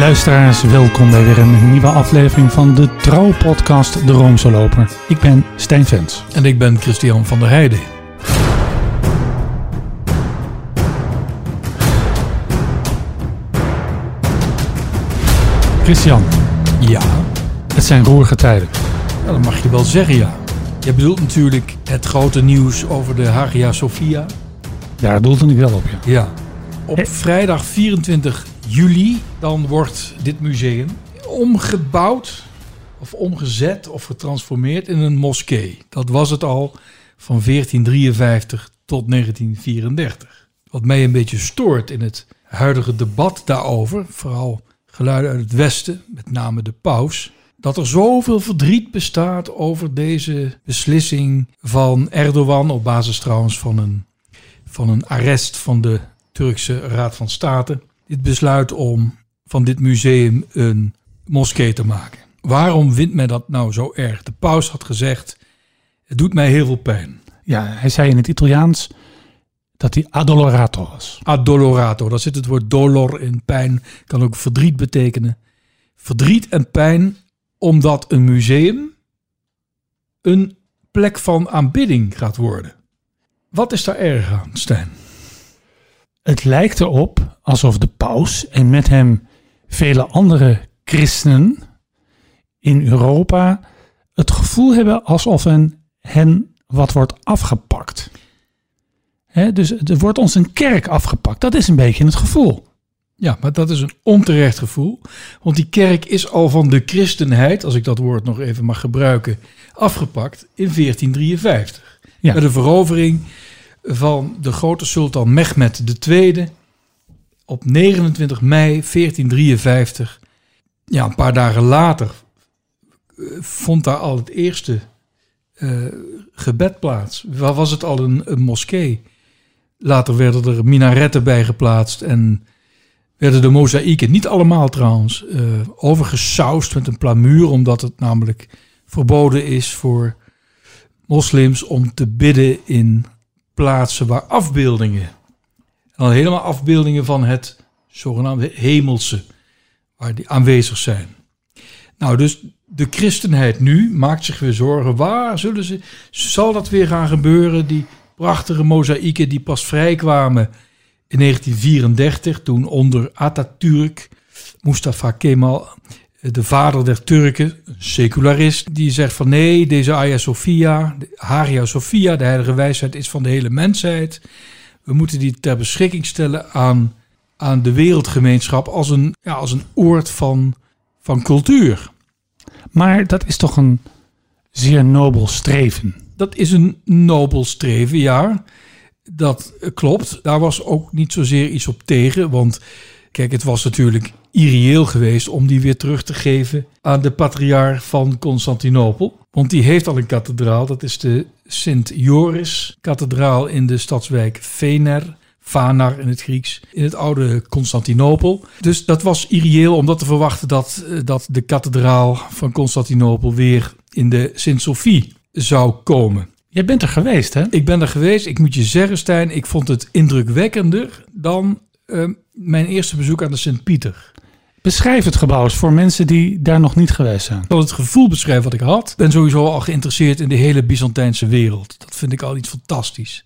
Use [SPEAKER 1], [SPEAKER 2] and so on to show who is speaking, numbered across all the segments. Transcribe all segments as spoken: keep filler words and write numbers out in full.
[SPEAKER 1] Luisteraars, welkom bij weer een nieuwe aflevering van de trouwpodcast De Roomse Loper. Ik ben Stijn Vens.
[SPEAKER 2] En ik ben Christian van der Heijden.
[SPEAKER 1] Christian.
[SPEAKER 2] Ja?
[SPEAKER 1] Het zijn roerige tijden.
[SPEAKER 2] Ja, dat mag je wel zeggen, ja. Je bedoelt natuurlijk het grote nieuws over de Hagia Sophia.
[SPEAKER 1] Daar doelde ik wel op, ja.
[SPEAKER 2] Ja. Op He- vrijdag vierentwintig juli dan wordt dit museum omgebouwd of omgezet of getransformeerd in een moskee. Dat was het al van veertien drieënvijftig tot negentien vierendertig. Wat mij een beetje stoort in het huidige debat daarover, vooral geluiden uit het Westen, met name de paus, dat er zoveel verdriet bestaat over deze beslissing van Erdogan, op basis trouwens van een, van een arrest van de Turkse Raad van State. Dit besluit om van dit museum een moskee te maken. Waarom vindt men dat nou zo erg? De paus had gezegd, het doet mij heel veel pijn.
[SPEAKER 1] Ja, hij zei in het Italiaans dat hij addolorato was.
[SPEAKER 2] Addolorato, daar zit het woord dolor in, pijn, kan ook verdriet betekenen. Verdriet en pijn omdat een museum een plek van aanbidding gaat worden. Wat is daar erg aan, Stijn?
[SPEAKER 1] Het lijkt erop alsof de paus en met hem vele andere christenen in Europa het gevoel hebben alsof hen, hen wat wordt afgepakt. He, dus er wordt ons een kerk afgepakt. Dat is een beetje het gevoel.
[SPEAKER 2] Ja, maar dat is een onterecht gevoel. Want die kerk is al van de christenheid, als ik dat woord nog even mag gebruiken, afgepakt in veertien drieënvijftig. Ja. Met de verovering van de grote sultan Mehmed de Tweede op negenentwintig mei veertien drieënvijftig. Ja, een paar dagen later vond daar al het eerste uh, gebed plaats. Was het al een, een moskee? Later werden er minaretten bij geplaatst en werden de mozaïeken, niet allemaal trouwens, uh, overgesausd met een plamuur, omdat het namelijk verboden is voor moslims om te bidden in plaatsen waar afbeeldingen, en dan helemaal afbeeldingen van het zogenaamde hemelse, waar die aanwezig zijn. Nou, dus de christenheid nu maakt zich weer zorgen. Waar zullen ze, zal dat weer gaan gebeuren? Die prachtige mozaïeken die pas vrijkwamen in negentien vierendertig, toen onder Atatürk, Mustafa Kemal, de vader der Turken, een secularist, die zegt van nee, deze Hagia Sophia, de Hagia Sophia, de heilige wijsheid, is van de hele mensheid. We moeten die ter beschikking stellen aan, aan de wereldgemeenschap als een, ja, als een oord van, van cultuur.
[SPEAKER 1] Maar dat is toch een zeer nobel streven?
[SPEAKER 2] Dat is een nobel streven, ja. Dat klopt. Daar was ook niet zozeer iets op tegen, want kijk, het was natuurlijk irreëel geweest om die weer terug te geven aan de patriarch van Constantinopel. Want die heeft al een kathedraal, dat is de Sint-Joris-kathedraal in de stadswijk Fener, Fanar in het Grieks, in het oude Constantinopel. Dus dat was irreëel om dat te verwachten dat, dat de kathedraal van Constantinopel weer in de Sint-Sophie zou komen.
[SPEAKER 1] Jij bent er geweest, hè?
[SPEAKER 2] Ik ben er geweest. Ik moet je zeggen, Stijn, ik vond het indrukwekkender dan uh, mijn eerste bezoek aan de Sint-Pieter.
[SPEAKER 1] Beschrijf het gebouw eens voor mensen die daar nog niet geweest zijn.
[SPEAKER 2] Ik zal het gevoel beschrijven wat ik had. Ik ben sowieso al geïnteresseerd in de hele Byzantijnse wereld. Dat vind ik al iets fantastisch.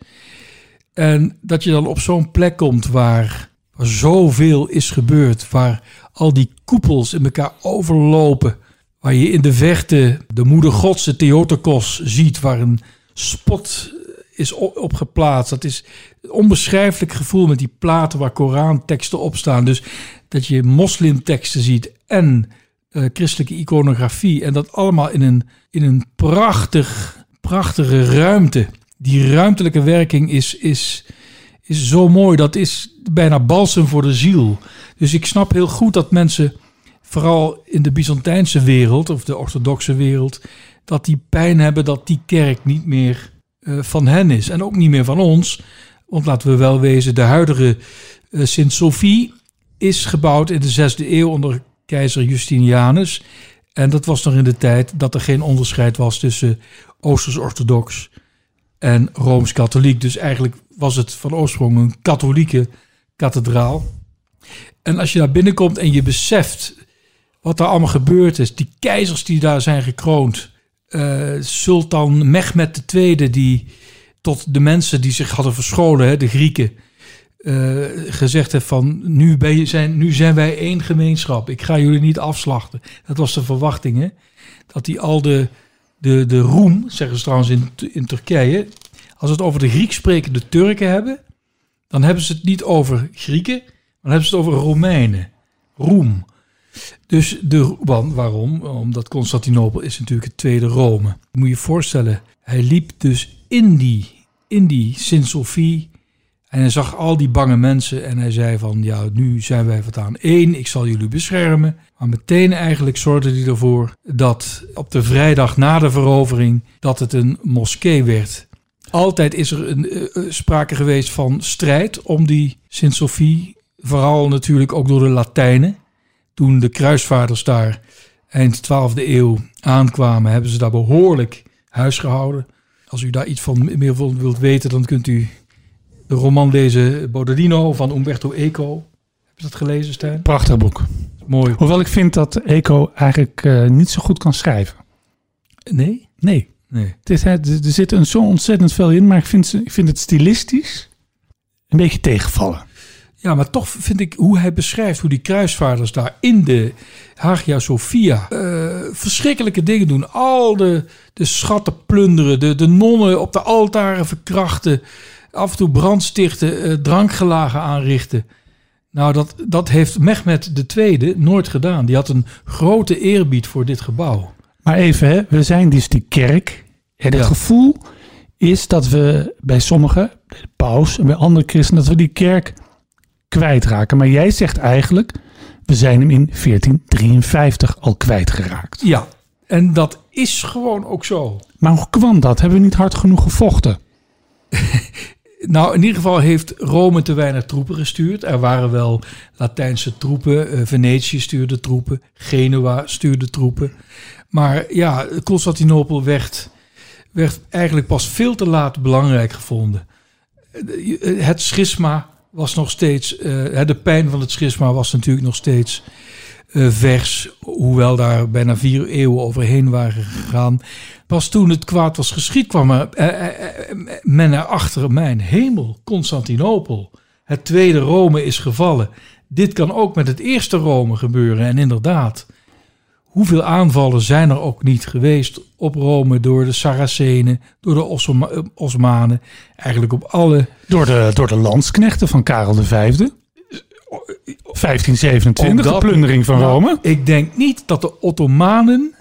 [SPEAKER 2] En dat je dan op zo'n plek komt waar, waar zoveel is gebeurd, waar al die koepels in elkaar overlopen, waar je in de verte de moeder gods, de Theotokos, ziet, waar een spot is op geplaatst. Dat is een onbeschrijfelijk gevoel met die platen waar Koranteksten op staan. Dus dat je moslimteksten ziet en uh, christelijke iconografie. En dat allemaal in een, in een prachtig, prachtige ruimte. Die ruimtelijke werking is, is, is zo mooi. Dat is bijna balsem voor de ziel. Dus ik snap heel goed dat mensen, vooral in de Byzantijnse wereld of de orthodoxe wereld, dat die pijn hebben dat die kerk niet meer uh, van hen is. En ook niet meer van ons. Want laten we wel wezen, de huidige uh, Sint-Sophie is gebouwd in de zesde eeuw onder keizer Justinianus. En dat was nog in de tijd dat er geen onderscheid was tussen Oosters-orthodox en Rooms-katholiek. Dus eigenlijk was het van oorsprong een katholieke kathedraal. En als je daar binnenkomt en je beseft wat daar allemaal gebeurd is. Die keizers die daar zijn gekroond. Uh, Sultan Mehmed de Tweede die tot de mensen die zich hadden verscholen, hè, de Grieken, uh, gezegd heeft van nu, ben je, zijn, nu zijn wij één gemeenschap. Ik ga jullie niet afslachten. Dat was de verwachting, hè? Dat die al de, de, de roem, zeggen ze trouwens in, in Turkije, als het over de Grieks sprekende Turken hebben, dan hebben ze het niet over Grieken, maar dan hebben ze het over Romeinen. Roem. Dus de, waarom? Omdat Constantinopel is natuurlijk het tweede Rome. Je moet je voorstellen, hij liep dus in die, in die Sint-Sophie en hij zag al die bange mensen en hij zei van, ja, nu zijn wij voortaan één, ik zal jullie beschermen. Maar meteen eigenlijk zorgde hij ervoor dat op de vrijdag na de verovering, dat het een moskee werd. Altijd is er een, uh, sprake geweest van strijd om die Sint-Sophie, vooral natuurlijk ook door de Latijnen. Toen de kruisvaarders daar eind twaalfde eeuw aankwamen, hebben ze daar behoorlijk huis gehouden. Als u daar iets van meer wilt weten, dan kunt u de roman lezen Bodolino van Umberto Eco. Heb je dat gelezen, Stijn?
[SPEAKER 1] Prachtig boek.
[SPEAKER 2] Mooi.
[SPEAKER 1] Hoewel ik vind dat Eco eigenlijk uh, niet zo goed kan schrijven.
[SPEAKER 2] Nee?
[SPEAKER 1] Nee.
[SPEAKER 2] nee.
[SPEAKER 1] Het is, er zit een zo ontzettend veel in, maar ik vind, ik vind het stilistisch een beetje tegenvallen.
[SPEAKER 2] Ja, maar toch vind ik hoe hij beschrijft hoe die kruisvaarders daar in de Hagia Sophia uh, verschrikkelijke dingen doen. Al de, de schatten plunderen, de, de nonnen op de altaren verkrachten, af en toe brandstichten, uh, drankgelagen aanrichten. Nou, dat, dat heeft Mehmed de Tweede nooit gedaan. Die had een grote eerbied voor dit gebouw.
[SPEAKER 1] Maar even, hè, we zijn dus die kerk. En het ja. gevoel is dat we bij sommigen, bij de paus en bij andere christenen, dat we die kerk kwijtraken. Maar jij zegt eigenlijk, we zijn hem in veertien drieënvijftig al kwijtgeraakt.
[SPEAKER 2] Ja, en dat is gewoon ook zo.
[SPEAKER 1] Maar hoe kwam dat? Hebben we niet hard genoeg gevochten?
[SPEAKER 2] Nou, in ieder geval heeft Rome te weinig troepen gestuurd. Er waren wel Latijnse troepen, uh, Venetië stuurde troepen, Genua stuurde troepen. Maar ja, Constantinopel werd, werd eigenlijk pas veel te laat belangrijk gevonden. Het schisma was nog steeds, uh, de pijn van het schisma was natuurlijk nog steeds uh, vers, hoewel daar bijna vier eeuwen overheen waren gegaan. Pas toen het kwaad was geschied, kwam er, uh, uh, men erachter, mijn hemel, Constantinopel, het tweede Rome is gevallen. Dit kan ook met het eerste Rome gebeuren. En inderdaad, hoeveel aanvallen zijn er ook niet geweest op Rome door de Saracenen, door de Osma- Osmanen, eigenlijk op alle...
[SPEAKER 1] Door de, door de landsknechten van Karel de Vijfde. vijftien zevenentwintig, dat, de plundering van nou, Rome.
[SPEAKER 2] Ik denk niet dat de Ottomanen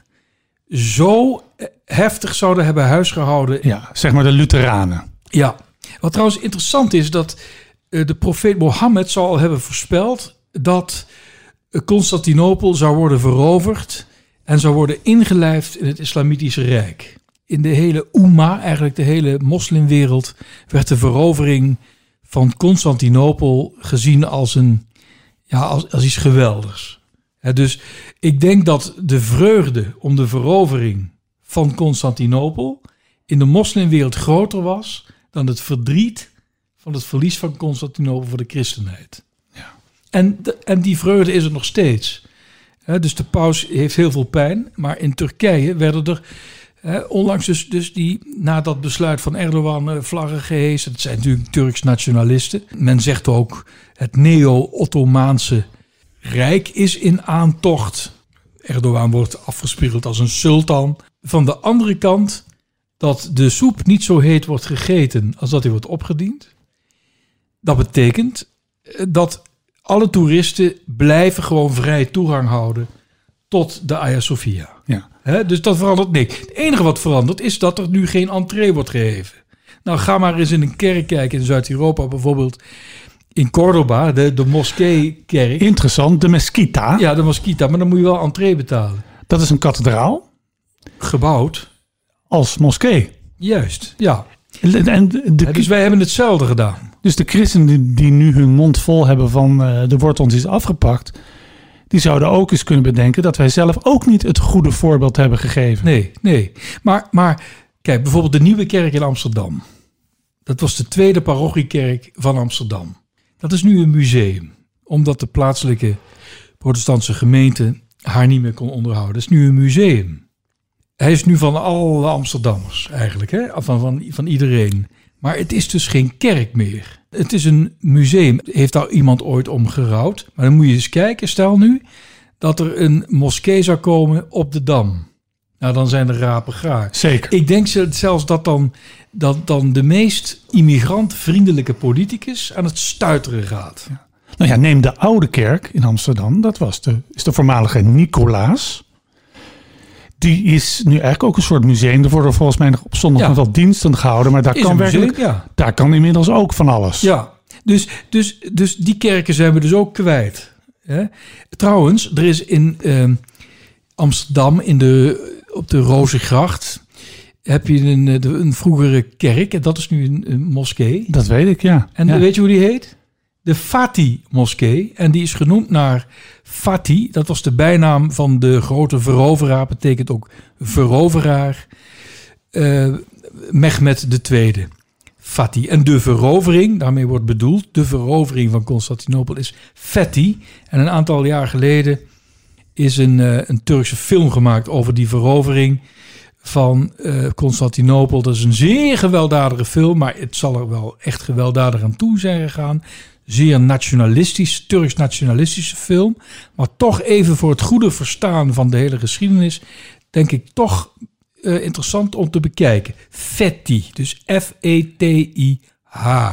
[SPEAKER 2] zo heftig zouden hebben huisgehouden.
[SPEAKER 1] Ja, zeg maar de Lutheranen.
[SPEAKER 2] Ja, wat trouwens interessant is, dat uh, de profeet Mohammed zou al hebben voorspeld dat Constantinopel zou worden veroverd en zou worden ingelijfd in het Islamitische Rijk. In de hele Umma, eigenlijk de hele moslimwereld, werd de verovering van Constantinopel gezien als, een, ja, als, als iets geweldigs. He, dus ik denk dat de vreugde om de verovering van Constantinopel in de moslimwereld groter was dan het verdriet van het verlies van Constantinopel voor de christenheid.
[SPEAKER 1] Ja.
[SPEAKER 2] En, de, en die vreugde is er nog steeds. He, dus de paus heeft heel veel pijn, maar in Turkije werden er He, onlangs dus, dus die, na dat besluit van Erdogan, uh, vlaggen gehesen. Dat zijn natuurlijk Turks nationalisten. Men zegt ook, het neo-Ottomaanse Rijk is in aantocht. Erdogan wordt afgespiegeld als een sultan. Van de andere kant, dat de soep niet zo heet wordt gegeten als dat hij wordt opgediend. Dat betekent dat alle toeristen blijven gewoon vrij toegang houden tot de Hagia Sophia.
[SPEAKER 1] Ja.
[SPEAKER 2] He, dus dat verandert niks. Het enige wat verandert is dat er nu geen entree wordt gegeven. Nou, ga maar eens in een kerk kijken in Zuid-Europa, bijvoorbeeld in Córdoba, de, de moskeekerk.
[SPEAKER 1] Interessant, de Mesquita.
[SPEAKER 2] Ja, de Mesquita, maar dan moet je wel entree betalen.
[SPEAKER 1] Dat is een kathedraal.
[SPEAKER 2] Gebouwd.
[SPEAKER 1] Als moskee.
[SPEAKER 2] Juist, ja.
[SPEAKER 1] En, en de,
[SPEAKER 2] He, dus wij hebben hetzelfde gedaan.
[SPEAKER 1] Dus de christenen die, die nu hun mond vol hebben van uh, er wordt ons iets afgepakt, die zouden ook eens kunnen bedenken dat wij zelf ook niet het goede voorbeeld hebben gegeven.
[SPEAKER 2] Nee, nee. Maar, maar kijk, bijvoorbeeld de Nieuwe Kerk in Amsterdam. Dat was de tweede parochiekerk van Amsterdam. Dat is nu een museum. omdat de plaatselijke protestantse gemeente haar niet meer kon onderhouden. Het is nu een museum. Hij is nu van alle Amsterdammers eigenlijk, hè? Van, van, van iedereen. Maar het is dus geen kerk meer. Het is een museum. Heeft daar iemand ooit om gerouwd? Maar dan moet je eens kijken, stel nu dat er een moskee zou komen op de Dam. Nou, dan zijn de rapen gaar.
[SPEAKER 1] Zeker.
[SPEAKER 2] Ik denk zelfs dat dan, dat dan de meest immigrantvriendelijke politicus aan het stuiteren gaat.
[SPEAKER 1] Ja. Nou ja, neem de Oude Kerk in Amsterdam. Dat was de, is de voormalige Nicolaas. Die is nu eigenlijk ook een soort museum. Er worden volgens mij nog op zondag
[SPEAKER 2] Ja.
[SPEAKER 1] nog wel diensten gehouden. Maar daar
[SPEAKER 2] Is
[SPEAKER 1] kan
[SPEAKER 2] een museum,
[SPEAKER 1] werkelijk,
[SPEAKER 2] ja.
[SPEAKER 1] daar kan inmiddels ook van alles.
[SPEAKER 2] Ja, dus, dus, dus die kerken zijn we dus ook kwijt. Hè? Trouwens, er is in uh, Amsterdam in de, op de Rozengracht heb je een, een vroegere kerk. En dat is nu een, een moskee.
[SPEAKER 1] Dat weet ik, ja.
[SPEAKER 2] En
[SPEAKER 1] ja.
[SPEAKER 2] weet je hoe die heet? De Fatih-moskee. En die is genoemd naar Fatih. Dat was de bijnaam van de grote veroveraar. Betekent ook veroveraar. Uh, Mehmed de Tweede. Fatih. En de verovering, daarmee wordt bedoeld, de verovering van Constantinopel is Fethi. En een aantal jaar geleden is een, uh, een Turkse film gemaakt over die verovering van uh, Constantinopel. Dat is een zeer gewelddadige film, maar het zal er wel echt gewelddadig aan toe zijn gegaan. Zeer nationalistisch, Turks nationalistische film. Maar toch even voor het goede verstaan van de hele geschiedenis, denk ik toch uh, interessant om te bekijken. Fethi, dus F E T I H.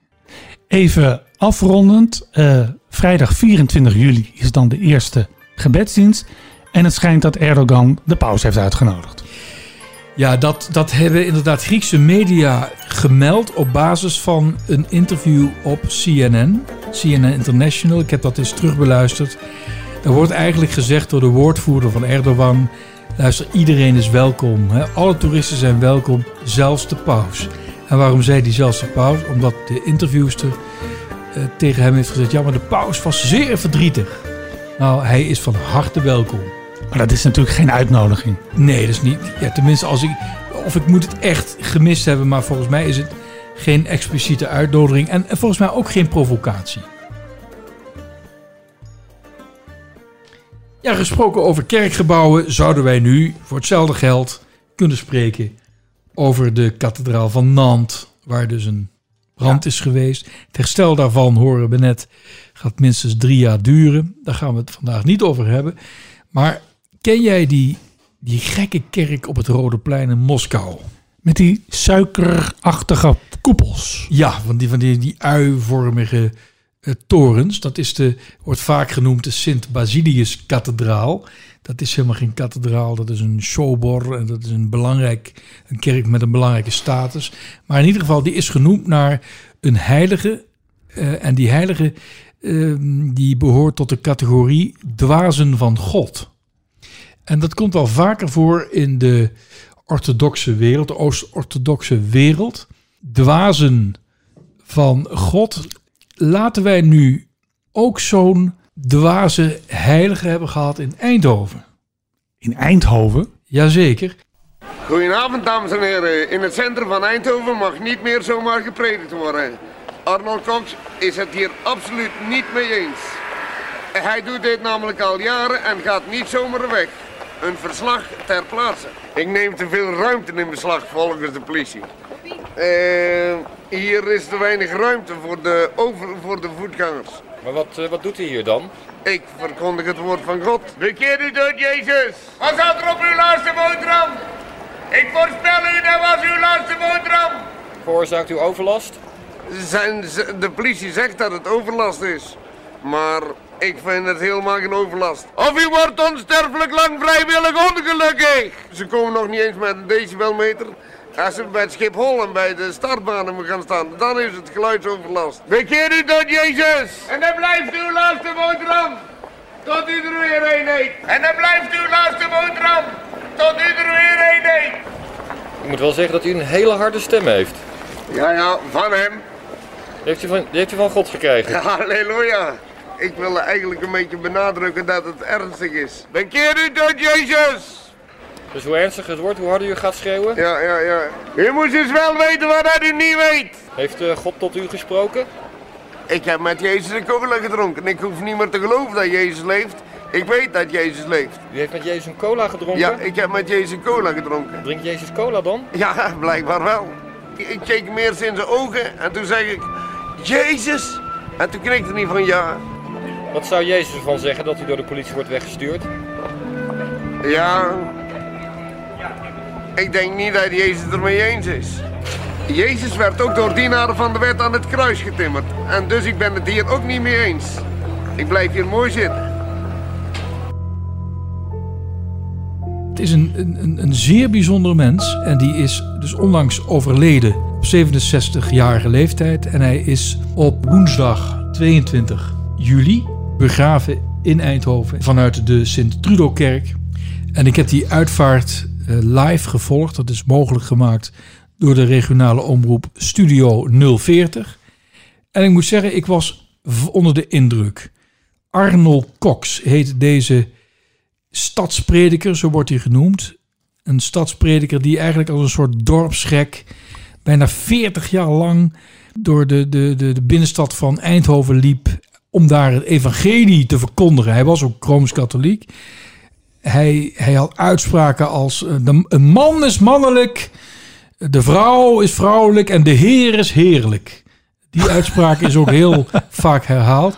[SPEAKER 1] Even afrondend, uh, vrijdag vierentwintig juli is dan de eerste gebedsdienst. En het schijnt dat Erdogan de paus heeft uitgenodigd.
[SPEAKER 2] Ja, dat, dat hebben inderdaad Griekse media gemeld op basis van een interview op C N N. C N N International, ik heb dat eens terugbeluisterd. Er wordt eigenlijk gezegd door de woordvoerder van Erdogan: luister, iedereen is welkom. Hè? Alle toeristen zijn welkom, zelfs de paus. En waarom zei hij zelfs de paus? Omdat de interviewster uh, tegen hem heeft gezegd: ja, maar de paus was zeer verdrietig. Nou, hij is van harte welkom.
[SPEAKER 1] Maar dat is natuurlijk geen uitnodiging.
[SPEAKER 2] Nee, dat is niet. Ja, tenminste, als ik, of ik moet het echt gemist hebben, maar volgens mij is het geen expliciete uitnodiging en, en volgens mij ook geen provocatie. Ja, gesproken over kerkgebouwen, zouden wij nu voor hetzelfde geld kunnen spreken over de kathedraal van Nantes, waar dus een brand ja. is geweest. Het herstel daarvan, horen we net, gaat minstens drie jaar duren. Daar gaan we het vandaag niet over hebben. Maar ken jij die, die gekke kerk op het Rode Plein in Moskou?
[SPEAKER 1] Met die suikerachtige koepels.
[SPEAKER 2] Ja, van die, van die, die ui-vormige uh, torens. Dat is de, wordt vaak genoemd de Sint-Basilius-kathedraal. Dat is helemaal geen kathedraal, dat is een sobor. En dat is een, belangrijk, een kerk met een belangrijke status. Maar in ieder geval, die is genoemd naar een heilige. Uh, en die heilige uh, die behoort tot de categorie dwazen van God. En dat komt wel vaker voor in de orthodoxe wereld, de Oost-orthodoxe wereld. Dwazen van God. Laten wij nu ook zo'n dwaze heilige hebben gehad in Eindhoven.
[SPEAKER 1] In Eindhoven?
[SPEAKER 2] Jazeker.
[SPEAKER 3] Goedenavond, dames en heren. In het centrum van Eindhoven mag niet meer zomaar gepredikt worden. Arnold Cox is het hier absoluut niet mee eens. Hij doet dit namelijk al jaren en gaat niet zomaar weg. Een verslag ter plaatse. Ik neem te veel ruimte in beslag volgens de politie. Uh, hier is te weinig ruimte voor de, over, voor de voetgangers.
[SPEAKER 4] Maar wat, uh, wat doet hij hier dan?
[SPEAKER 3] Ik verkondig het woord van God. Bekeer u door Jezus. Wat staat er op uw laatste boterham? Ik voorspel u, dat was uw laatste boterham.
[SPEAKER 4] Veroorzaakt u overlast?
[SPEAKER 3] Zijn, de politie zegt dat het overlast is. Maar ik vind het helemaal geen overlast. Of u wordt onsterfelijk lang vrijwillig ongelukkig. Ze komen nog niet eens met een decibelmeter. Als ze bij het Schiphol en bij de startbanen moet gaan staan, dan is het geluidsoverlast. Bekeer u tot Jezus. En dan blijft uw laatste boterham. Tot u er weer een eet. En dan blijft uw laatste boterham. Tot u er weer een eet.
[SPEAKER 4] Ik moet wel zeggen dat u een hele harde stem heeft.
[SPEAKER 3] Ja, ja, van hem.
[SPEAKER 4] Die heeft u van, die heeft u van God gekregen.
[SPEAKER 3] Ja, halleluja. Ik wil eigenlijk een beetje benadrukken dat het ernstig is. Bekeer u tot Jezus.
[SPEAKER 4] Dus hoe ernstiger het wordt, hoe harder u gaat schreeuwen?
[SPEAKER 3] Ja, ja, ja. U moet dus wel weten wat u niet weet.
[SPEAKER 4] Heeft uh, God tot u gesproken?
[SPEAKER 3] Ik heb met Jezus een cola gedronken. Ik hoef niet meer te geloven dat Jezus leeft. Ik weet dat Jezus leeft.
[SPEAKER 4] U heeft met Jezus een cola gedronken?
[SPEAKER 3] Ja, ik heb met Jezus een cola gedronken.
[SPEAKER 4] Drinkt Jezus cola dan?
[SPEAKER 3] Ja, blijkbaar wel. Ik keek hem eerst in zijn ogen en toen zeg ik, Jezus! En toen knikte hij van ja.
[SPEAKER 4] Wat zou Jezus ervan zeggen dat hij door de politie wordt weggestuurd?
[SPEAKER 3] Ja, ik denk niet dat Jezus het ermee eens is. Jezus werd ook door dienaren van de wet aan het kruis getimmerd. En dus ik ben het hier ook niet mee eens. Ik blijf hier mooi zitten.
[SPEAKER 2] Het is een, een, een zeer bijzonder mens en die is dus onlangs overleden op zevenenzestigjarige leeftijd. En hij is op woensdag tweeëntwintig juli begraven in Eindhoven vanuit de Sint-Trudo-kerk. En ik heb die uitvaart uh, live gevolgd. Dat is mogelijk gemaakt door de regionale omroep Studio nul veertig. En ik moet zeggen, ik was onder de indruk. Arnold Cox heet deze stadsprediker, zo wordt hij genoemd. Een stadsprediker die eigenlijk als een soort dorpsgek bijna veertig jaar lang door de, de, de, de binnenstad van Eindhoven liep om daar het evangelie te verkondigen. Hij was ook Rooms-katholiek. Hij, hij had uitspraken als de, een man is mannelijk, de vrouw is vrouwelijk en de Heer is heerlijk. Die uitspraak is ook heel vaak herhaald.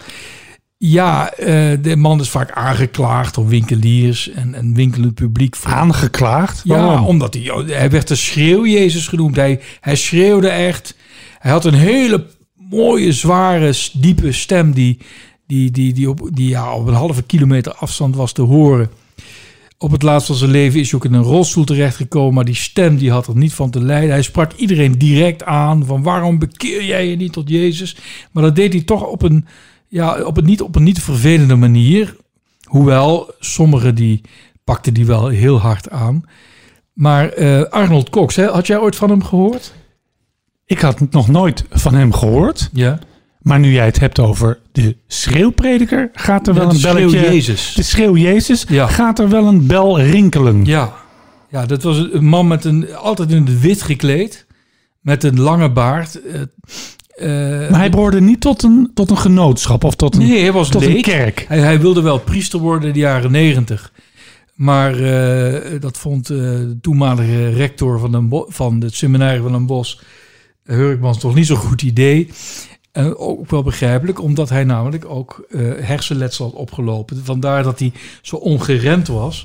[SPEAKER 2] Ja, uh, de man is vaak aangeklaagd door winkeliers en, en winkelend publiek.
[SPEAKER 1] Aangeklaagd?
[SPEAKER 2] Ja,
[SPEAKER 1] Waarom?
[SPEAKER 2] omdat hij, hij werd de schreeuw-Jezus genoemd. Hij, hij schreeuwde echt. Hij had een hele mooie, zware, diepe stem die, die, die, die, op, die ja, op een halve kilometer afstand was te horen. Op het laatst van zijn leven is hij ook in een rolstoel terechtgekomen, maar die stem die had er niet van te lijden. Hij sprak iedereen direct aan van waarom bekeer jij je niet tot Jezus? Maar dat deed hij toch op een, ja, op een, niet, op een niet vervelende manier. Hoewel, sommigen die pakten die wel heel hard aan. Maar uh, Arnold Cox, hè, had jij ooit van hem gehoord?
[SPEAKER 1] Ik had nog nooit van hem gehoord.
[SPEAKER 2] Ja.
[SPEAKER 1] Maar nu jij het hebt over de schreeuwprediker, gaat er
[SPEAKER 2] Ja,
[SPEAKER 1] wel
[SPEAKER 2] de
[SPEAKER 1] een belletje...
[SPEAKER 2] schreeuw Jezus.
[SPEAKER 1] De schreeuw Jezus,
[SPEAKER 2] Ja.
[SPEAKER 1] gaat er wel een bel rinkelen.
[SPEAKER 2] Ja. Ja, dat was een man met een, altijd in het wit gekleed. Met een lange baard. Uh, uh,
[SPEAKER 1] Maar hij behoorde niet tot een, tot een genootschap of tot een,
[SPEAKER 2] nee, hij was
[SPEAKER 1] tot
[SPEAKER 2] leek.
[SPEAKER 1] een kerk.
[SPEAKER 2] Hij, hij wilde wel priester worden in de jaren negentig. Maar uh, dat vond uh, de toenmalige rector van, Den Bo- van het seminarie van Den Bosch, Hurkmans, toch niet zo'n goed idee. En ook wel begrijpelijk, omdat hij namelijk ook uh, hersenletsel had opgelopen. Vandaar dat hij zo ongeremd was.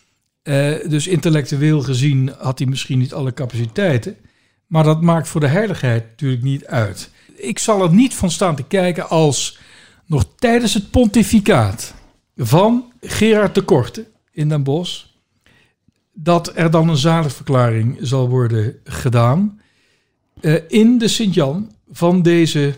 [SPEAKER 2] Uh, dus intellectueel gezien had hij misschien niet alle capaciteiten. Maar dat maakt voor de heiligheid natuurlijk niet uit. Ik zal er niet van staan te kijken als nog tijdens het pontificaat van Gerard de Korte in Den Bosch, dat er dan een zaligverklaring zal worden gedaan uh, in de Sint-Jan van deze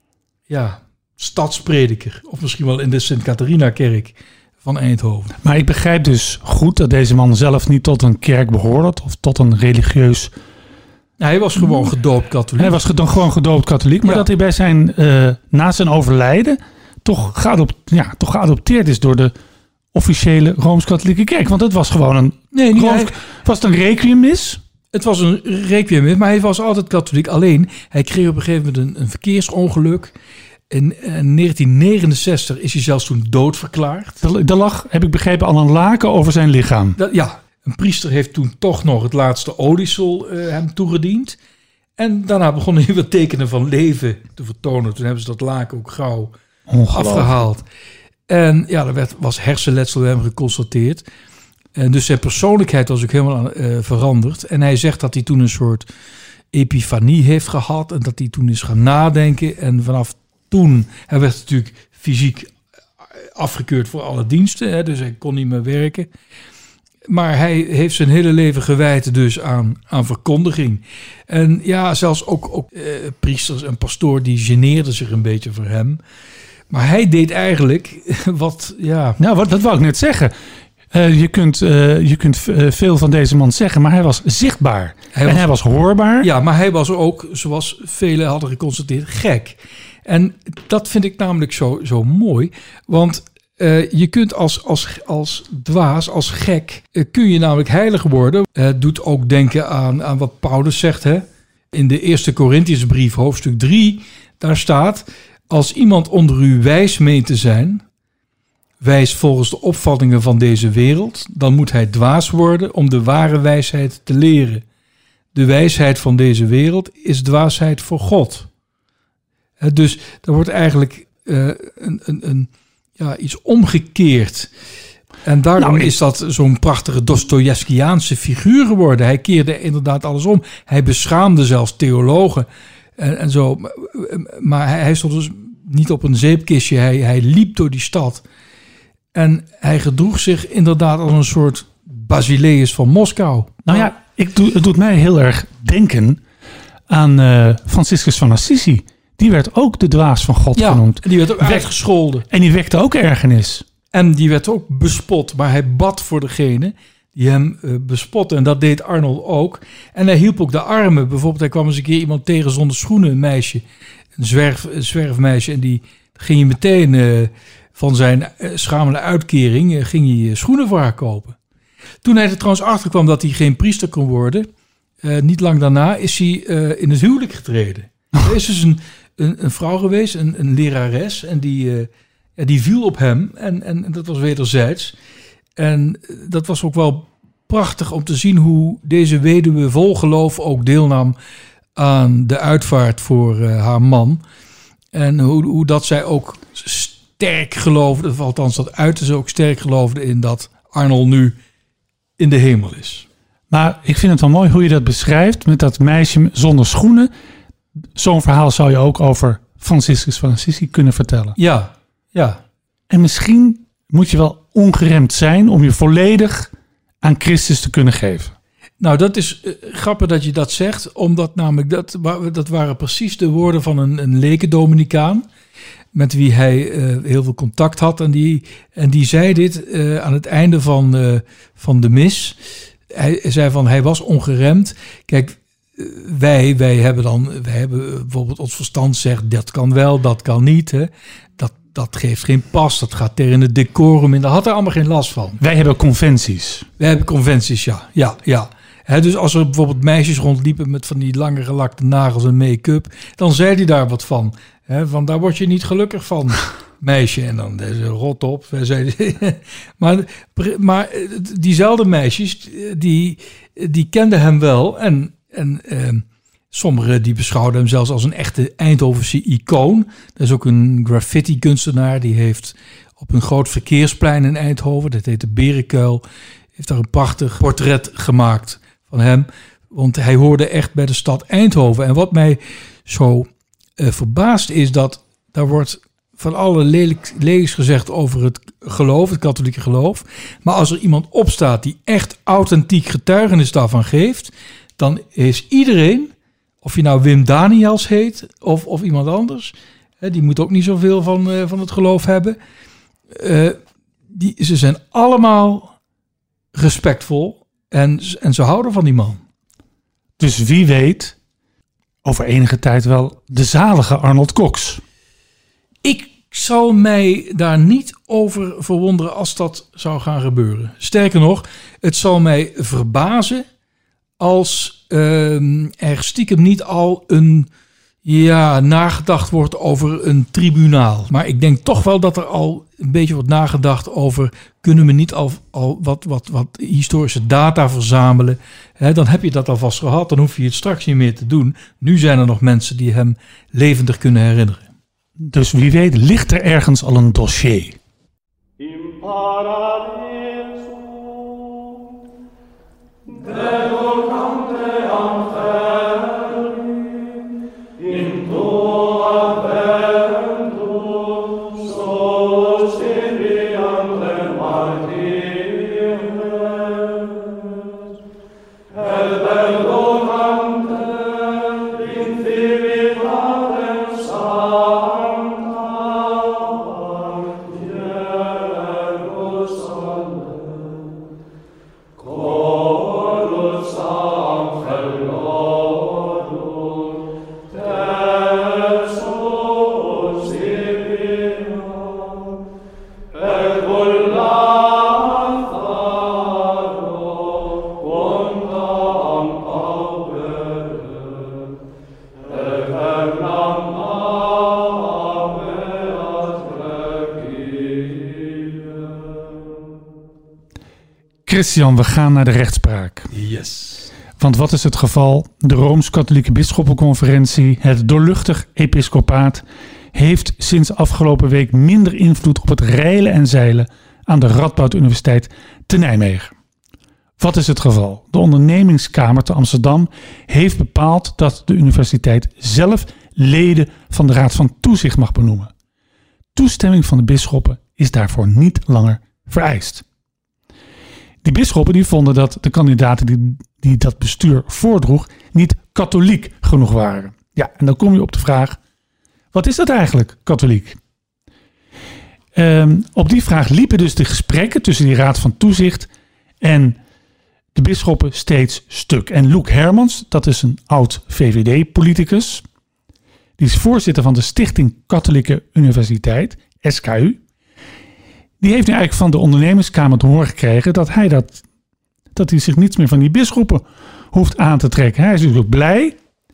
[SPEAKER 2] ja, stadsprediker. Of misschien wel in de Sint-Catharina-kerk van Eindhoven.
[SPEAKER 1] Maar ik begrijp dus goed dat deze man zelf niet tot een kerk behoorde of tot een religieus...
[SPEAKER 2] Nou, hij was gewoon gedoopt katholiek.
[SPEAKER 1] Hij was dan gewoon gedoopt katholiek, maar
[SPEAKER 2] Ja.
[SPEAKER 1] dat hij bij zijn, uh, na zijn overlijden toch, geadop, ja, toch geadopteerd is door de officiële Rooms-Katholieke Kerk. Want het was gewoon een...
[SPEAKER 2] Nee, niet,
[SPEAKER 1] Rooms,
[SPEAKER 2] hij-
[SPEAKER 1] was het een requiemmis?
[SPEAKER 2] Het was een requiem, maar hij was altijd katholiek. Alleen, hij kreeg op een gegeven moment een, een verkeersongeluk. In, in negentien negenenzestig is hij zelfs toen doodverklaard.
[SPEAKER 1] Er, er lag, heb ik begrepen, al een laken over zijn lichaam.
[SPEAKER 2] Dat, ja, een priester heeft toen toch nog het laatste oliesel uh, hem toegediend. En daarna begonnen hij wat tekenen van leven te vertonen. Toen hebben ze dat laken ook gauw afgehaald. En ja, er werd, was hersenletsel bij hem geconstateerd. En dus zijn persoonlijkheid was ook helemaal uh, veranderd. En hij zegt dat hij toen een soort epifanie heeft gehad. En dat hij toen is gaan nadenken. En vanaf toen, hij werd natuurlijk fysiek afgekeurd voor alle diensten. Hè, dus hij kon niet meer werken. Maar hij heeft zijn hele leven gewijd dus aan, aan verkondiging. En ja, zelfs ook, ook uh, priesters en pastoor die geneerden zich een beetje voor hem. Maar hij deed eigenlijk wat, ja...
[SPEAKER 1] Nou, wat, dat wou ik net zeggen. Uh, je kunt, uh, je kunt uh, veel van deze man zeggen, maar hij was zichtbaar.
[SPEAKER 2] Hij
[SPEAKER 1] en
[SPEAKER 2] was-
[SPEAKER 1] hij was hoorbaar.
[SPEAKER 2] Ja, maar hij was ook, zoals velen hadden geconstateerd, gek. En dat vind ik namelijk zo, zo mooi. Want uh, je kunt als, als, als dwaas, als gek, uh, kun je namelijk heilig worden. Het uh, doet ook denken aan, aan wat Paulus zegt. Hè? In de eerste Korintiërsbrief, hoofdstuk drie, daar staat... als iemand onder u wijs meent te zijn, wijs volgens de opvattingen van deze wereld, dan moet hij dwaas worden om de ware wijsheid te leren. De wijsheid van deze wereld is dwaasheid voor God. He, dus er wordt eigenlijk uh, een, een, een, ja, iets omgekeerd. En daarom nou, is dat zo'n prachtige Dostojevskiaanse figuur geworden. Hij keerde inderdaad alles om. Hij beschaamde zelfs theologen en, en zo. Maar, maar hij, hij stond dus niet op een zeepkistje. Hij, hij liep door die stad. En hij gedroeg zich inderdaad als een soort Basileus van Moskou.
[SPEAKER 1] Nou ja, ik doe, het doet mij heel erg denken aan uh, Franciscus van Assisi. Die werd ook de dwaas van God
[SPEAKER 2] ja,
[SPEAKER 1] genoemd.
[SPEAKER 2] En die werd ook uitgescholden.
[SPEAKER 1] En die wekte ook ergernis.
[SPEAKER 2] En die werd ook bespot. Maar hij bad voor degene die hem uh, bespotte. En dat deed Arnold ook. En hij hielp ook de armen. Bijvoorbeeld, hij kwam eens een keer iemand tegen zonder schoenen. Een meisje. Een, zwerf, een zwerfmeisje. En die ging je meteen uh, van zijn uh, schamele uitkering... Uh, ging hij uh, schoenen voor haar kopen. Toen hij er trouwens achter kwam dat hij geen priester kon worden... Uh, niet lang daarna is hij uh, in het huwelijk getreden. Er is dus een, een, een vrouw geweest, een, een lerares... en die... Uh, Ja, die viel op hem en, en, en dat was wederzijds. En dat was ook wel prachtig om te zien hoe deze weduwe vol geloof ook deelnam aan de uitvaart voor uh, haar man. En hoe, hoe dat zij ook sterk geloofde, of althans dat uitte ze ook sterk geloofde in dat Arnold nu in de hemel is.
[SPEAKER 1] Maar ik vind het wel mooi hoe je dat beschrijft met dat meisje zonder schoenen. Zo'n verhaal zou je ook over Franciscus van Assisi kunnen vertellen.
[SPEAKER 2] Ja. Ja.
[SPEAKER 1] En misschien moet je wel ongeremd zijn om je volledig aan Christus te kunnen geven.
[SPEAKER 2] Nou, dat is uh, grappig dat je dat zegt, omdat namelijk dat, dat waren precies de woorden van een, een lekendominicaan met wie hij uh, heel veel contact had. En die, en die zei dit uh, aan het einde van, uh, van de mis. Hij zei van, hij was ongeremd. Kijk, uh, wij, wij hebben dan, wij hebben bijvoorbeeld ons verstand zegt, dat kan wel, dat kan niet, hè. Dat Dat geeft geen pas, dat gaat tegen het decorum in. Daar had hij allemaal geen last van.
[SPEAKER 1] Wij hebben conventies.
[SPEAKER 2] Wij hebben conventies, ja. ja, ja. He, dus als er bijvoorbeeld meisjes rondliepen met van die lange gelakte nagels en make-up, dan zei hij daar wat van. He, van daar word je niet gelukkig van, meisje. En dan deze rot op. Zei maar, maar diezelfde meisjes, die, die kenden hem wel. En, en eh, sommigen die beschouwden hem zelfs als een echte Eindhovense icoon. Er is ook een graffiti-kunstenaar die heeft op een groot verkeersplein in Eindhoven, dat heet de Berenkuil, heeft daar een prachtig portret gemaakt van hem. Want hij hoorde echt bij de stad Eindhoven. En wat mij zo uh, verbaast is dat daar wordt van alle lelijk, lelijks gezegd over het geloof, het katholieke geloof. Maar als er iemand opstaat die echt authentiek getuigenis daarvan geeft, dan is iedereen, of je nou Wim Daniels heet of, of iemand anders, hè, die moet ook niet zoveel van, uh, van het geloof hebben. Uh, die, ze zijn allemaal respectvol en, en ze houden van die man.
[SPEAKER 1] Dus wie weet, over enige tijd wel de zalige Arnold Cox.
[SPEAKER 2] Ik zal mij daar niet over verwonderen als dat zou gaan gebeuren. Sterker nog, het zal mij verbazen als uh, er stiekem niet al een ja, nagedacht wordt over een tribunaal. Maar ik denk toch wel dat er al een beetje wordt nagedacht over, kunnen we niet al, al wat, wat, wat historische data verzamelen? He, dan heb je dat alvast gehad, dan hoef je het straks niet meer te doen. Nu zijn er nog mensen die hem levendig kunnen herinneren.
[SPEAKER 1] Dus wie weet ligt er ergens al een dossier.
[SPEAKER 5] In paradiso, de dolcante angeli, in tua ventus, sociriante martires, el bel dolcante, in divitatem sancta, Jerusalem.
[SPEAKER 1] Christian, we gaan naar de rechtspraak.
[SPEAKER 2] Yes.
[SPEAKER 1] Want wat is het geval? De Rooms-Katholieke Bisschoppenconferentie, het doorluchtig episcopaat, heeft sinds afgelopen week minder invloed op het reilen en zeilen aan de Radboud Universiteit te Nijmegen. Wat is het geval? De ondernemingskamer te Amsterdam heeft bepaald dat de universiteit zelf leden van de Raad van Toezicht mag benoemen. Toestemming van de bisschoppen is daarvoor niet langer vereist. Die bisschoppen die vonden dat de kandidaten die, die dat bestuur voordroeg niet katholiek genoeg waren. Ja, en dan kom je op de vraag, wat is dat eigenlijk, katholiek? Um, op die vraag liepen dus de gesprekken tussen die Raad van Toezicht en de bisschoppen steeds stuk. En Loek Hermans, dat is een oud V V D-politicus, die is voorzitter van de Stichting Katholieke Universiteit, S K U. Die heeft nu eigenlijk van de ondernemerskamer te horen gekregen dat hij, dat, dat hij zich niets meer van die bisschoppen hoeft aan te trekken. Hij is natuurlijk blij.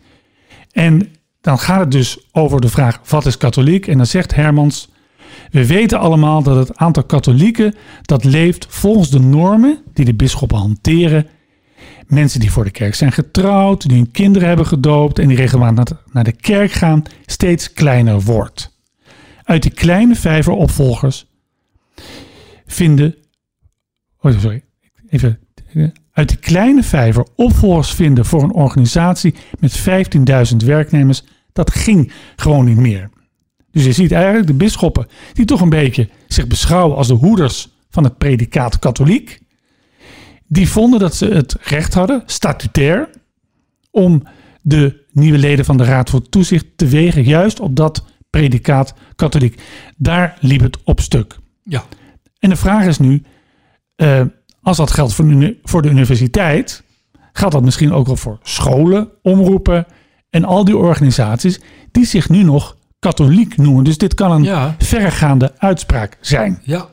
[SPEAKER 1] En dan gaat het dus over de vraag, wat is katholiek? En dan zegt Hermans, we weten allemaal dat het aantal katholieken dat leeft volgens de normen die de bisschoppen hanteren. Mensen die voor de kerk zijn getrouwd, die hun kinderen hebben gedoopt en die regelmatig naar de kerk gaan, steeds kleiner wordt. Uit die kleine vijver opvolgers vinden, oh sorry, even, uit die kleine vijver opvolgers vinden voor een organisatie met vijftienduizend werknemers, dat ging gewoon niet meer. Dus je ziet eigenlijk de bisschoppen die toch een beetje zich beschouwen als de hoeders van het predicaat katholiek, die vonden dat ze het recht hadden, statutair, om de nieuwe leden van de Raad voor Toezicht te wegen, juist op dat predicaat katholiek. Daar liep het op stuk.
[SPEAKER 2] Ja.
[SPEAKER 1] En de vraag is nu, uh, als dat geldt voor de, voor de universiteit, geldt dat misschien ook wel voor scholen, omroepen en al die organisaties die zich nu nog katholiek noemen. Dus dit kan een ja. verregaande uitspraak zijn.
[SPEAKER 2] Ja.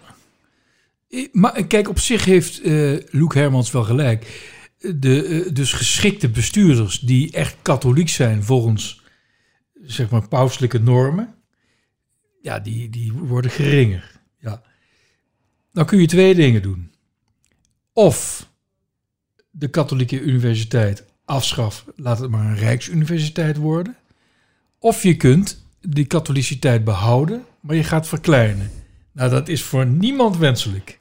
[SPEAKER 2] Maar kijk, op zich heeft uh, Loek Hermans wel gelijk. De, uh, dus geschikte bestuurders die echt katholiek zijn volgens, zeg maar, pauselijke normen, ja, die, die worden geringer. Ja. Dan kun je twee dingen doen. Of de katholieke universiteit afschaffen, laat het maar een rijksuniversiteit worden. Of je kunt die katholiciteit behouden, maar je gaat verkleinen. Nou, dat is voor niemand wenselijk.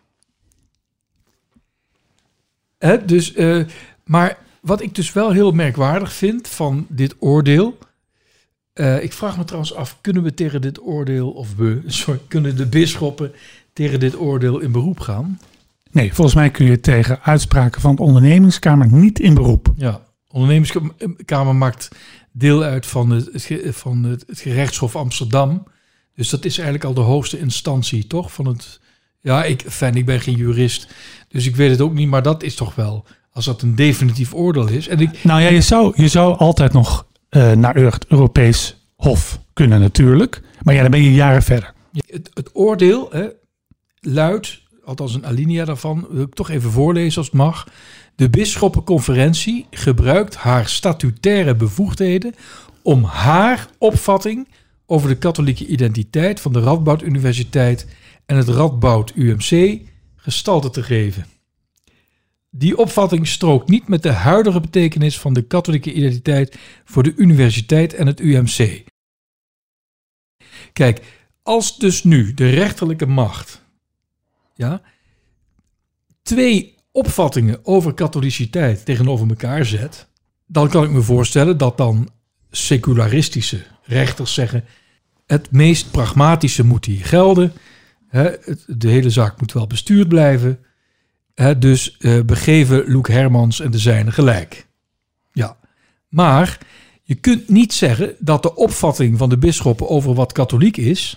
[SPEAKER 2] Hè, dus, uh, maar wat ik dus wel heel merkwaardig vind van dit oordeel. Uh, ik vraag me trouwens af, kunnen we tegen dit oordeel, of we, sorry, kunnen de bisschoppen tegen dit oordeel in beroep gaan?
[SPEAKER 1] Nee, volgens mij kun je tegen uitspraken van de ondernemingskamer niet in beroep.
[SPEAKER 2] Ja, de ondernemingskamer maakt deel uit van het, van het gerechtshof Amsterdam. Dus dat is eigenlijk al de hoogste instantie, toch? Van het, ja, ik, fijn, ik ben geen jurist, dus ik weet het ook niet. Maar dat is toch wel, als dat een definitief oordeel is. En ik,
[SPEAKER 1] nou ja, je zou, je zou altijd nog uh, naar het Europees Hof kunnen natuurlijk. Maar ja, dan ben je jaren verder.
[SPEAKER 2] Het, het oordeel hè, luidt, althans een alinea daarvan, wil ik toch even voorlezen als het mag. De bisschoppenconferentie gebruikt haar statutaire bevoegdheden om haar opvatting over de katholieke identiteit van de Radboud Universiteit en het Radboud U M C gestalte te geven. Die opvatting strookt niet met de huidige betekenis van de katholieke identiteit voor de universiteit en het U M C. Kijk, als dus nu de rechterlijke macht ja, twee opvattingen over katholiciteit tegenover elkaar zet, dan kan ik me voorstellen dat dan secularistische rechters zeggen, het meest pragmatische moet hier gelden. Hè, het, de hele zaak moet wel bestuurd blijven. Hè, dus uh, begeven Loek Hermans en de zijnen gelijk. Ja, maar je kunt niet zeggen dat de opvatting van de bisschoppen over wat katholiek is,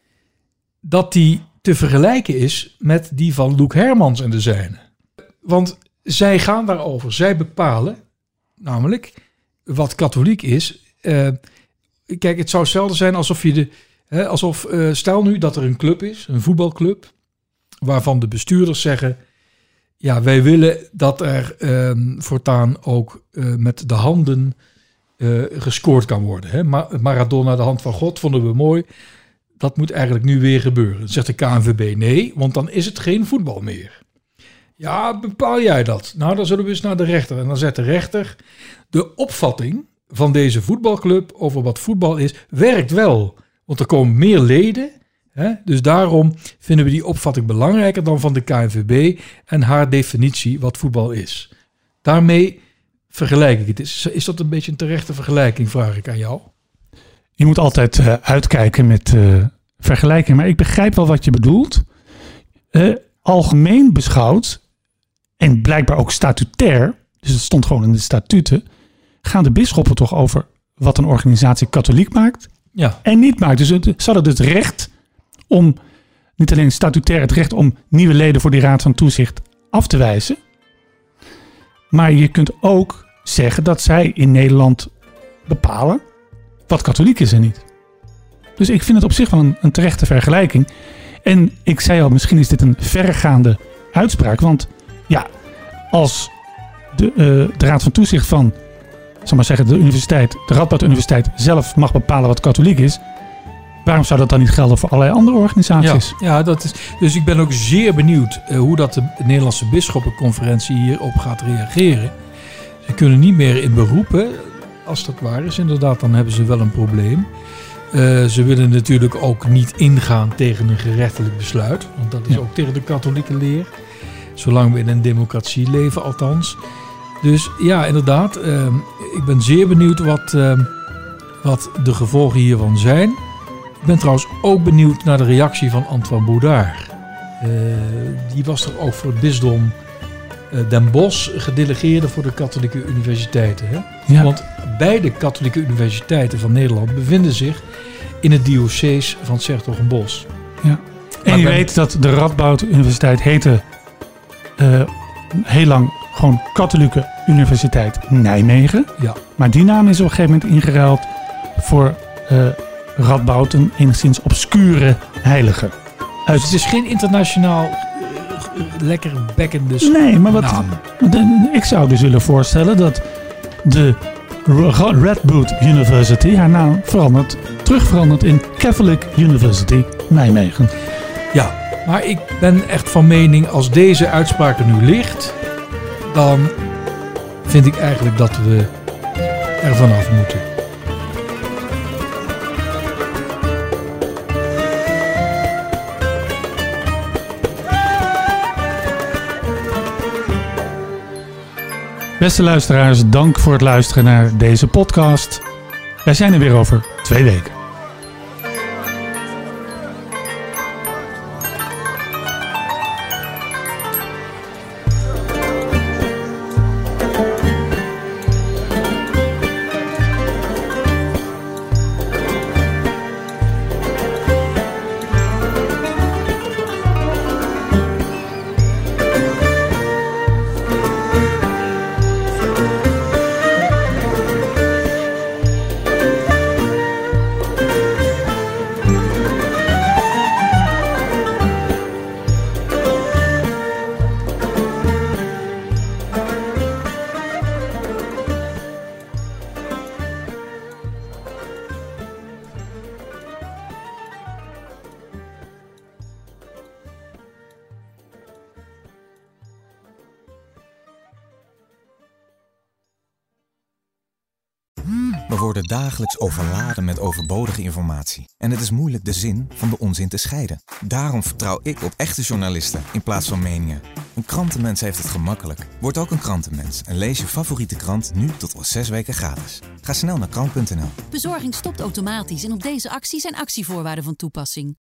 [SPEAKER 2] dat die te vergelijken is met die van Loek Hermans en de zijnen. Want zij gaan daarover. Zij bepalen namelijk wat katholiek is. Uh, kijk, het zou hetzelfde zijn alsof je de, hè, alsof uh, stel nu dat er een club is, een voetbalclub, waarvan de bestuurders zeggen, ja, wij willen dat er uh, voortaan ook uh, met de handen uh, gescoord kan worden. Hè? Ma- Maradona, de hand van God, vonden we mooi. Dat moet eigenlijk nu weer gebeuren. Dan zegt de K N V B nee, want dan is het geen voetbal meer. Ja, bepaal jij dat? Nou, dan zullen we eens naar de rechter. En dan zet de rechter de opvatting van deze voetbalclub over wat voetbal is, werkt wel. Want er komen meer leden. Hè? Dus daarom vinden we die opvatting belangrijker dan van de K N V B en haar definitie wat voetbal is. Daarmee vergelijk ik het. Is, is dat een beetje een terechte vergelijking, vraag ik aan jou?
[SPEAKER 1] Je moet altijd uh, uitkijken met uh, vergelijking. Maar ik begrijp wel wat je bedoelt. Uh, algemeen beschouwd, en blijkbaar ook statutair, dus het stond gewoon in de statuten, gaan de bisschoppen toch over wat een organisatie katholiek maakt
[SPEAKER 2] ja.
[SPEAKER 1] en niet maakt. Dus het, ze hadden het recht om, niet alleen statutair, het recht om nieuwe leden voor die Raad van Toezicht af te wijzen. Maar je kunt ook zeggen dat zij in Nederland bepalen wat katholiek is en niet. Dus ik vind het op zich wel een, een terechte vergelijking. En ik zei al, misschien is dit een verregaande uitspraak. Want ja, als de, uh, de Raad van Toezicht van, zal maar zeggen, de universiteit, de Radboud Universiteit zelf mag bepalen wat katholiek is, waarom zou dat dan niet gelden voor allerlei andere organisaties?
[SPEAKER 2] Ja, ja dat is, dus ik ben ook zeer benieuwd uh, hoe dat de Nederlandse Bisschoppenconferentie hierop gaat reageren. Ze kunnen niet meer in beroepen. Als dat waar is, inderdaad, dan hebben ze wel een probleem. Uh, ze willen natuurlijk ook niet ingaan tegen een gerechtelijk besluit. Want dat is ja. ook tegen de katholieke leer. Zolang we in een democratie leven, althans. Dus ja, inderdaad. Uh, ik ben zeer benieuwd wat, uh, wat de gevolgen hiervan zijn. Ik ben trouwens ook benieuwd naar de reactie van Antoine Boudard. Uh, die was er ook voor het bisdom uh, Den Bosch gedelegeerde voor de katholieke universiteiten. Hè? Ja. Want beide katholieke universiteiten van Nederland bevinden zich in het diocees van 's-Hertogenbosch.
[SPEAKER 1] Ja. En je ben... weet dat de Radboud Universiteit heette uh, heel lang gewoon Katholieke Universiteit Nijmegen.
[SPEAKER 2] Ja.
[SPEAKER 1] Maar die naam is op een gegeven moment ingeruild voor uh, Radboud, een enigszins obscure heilige.
[SPEAKER 2] Dus het is geen internationaal uh, lekker bekkende
[SPEAKER 1] Nee, maar wat,
[SPEAKER 2] naam.
[SPEAKER 1] De, ik zou dus willen voorstellen dat de Radboud University haar naam verandert, terugverandert in Catholic University Nijmegen.
[SPEAKER 2] Ja, maar ik ben echt van mening, als deze uitspraak er nu ligt, dan vind ik eigenlijk dat we er vanaf moeten.
[SPEAKER 1] Beste luisteraars, dank voor het luisteren naar deze podcast. Wij zijn er weer over twee weken.
[SPEAKER 6] We worden dagelijks overladen met overbodige informatie. En het is moeilijk de zin van de onzin te scheiden. Daarom vertrouw ik op echte journalisten in plaats van meningen. Een krantenmens heeft het gemakkelijk. Word ook een krantenmens en lees je favoriete krant nu tot wel zes weken gratis. Ga snel naar krant punt n l.
[SPEAKER 7] Bezorging stopt automatisch en op deze actie zijn actievoorwaarden van toepassing.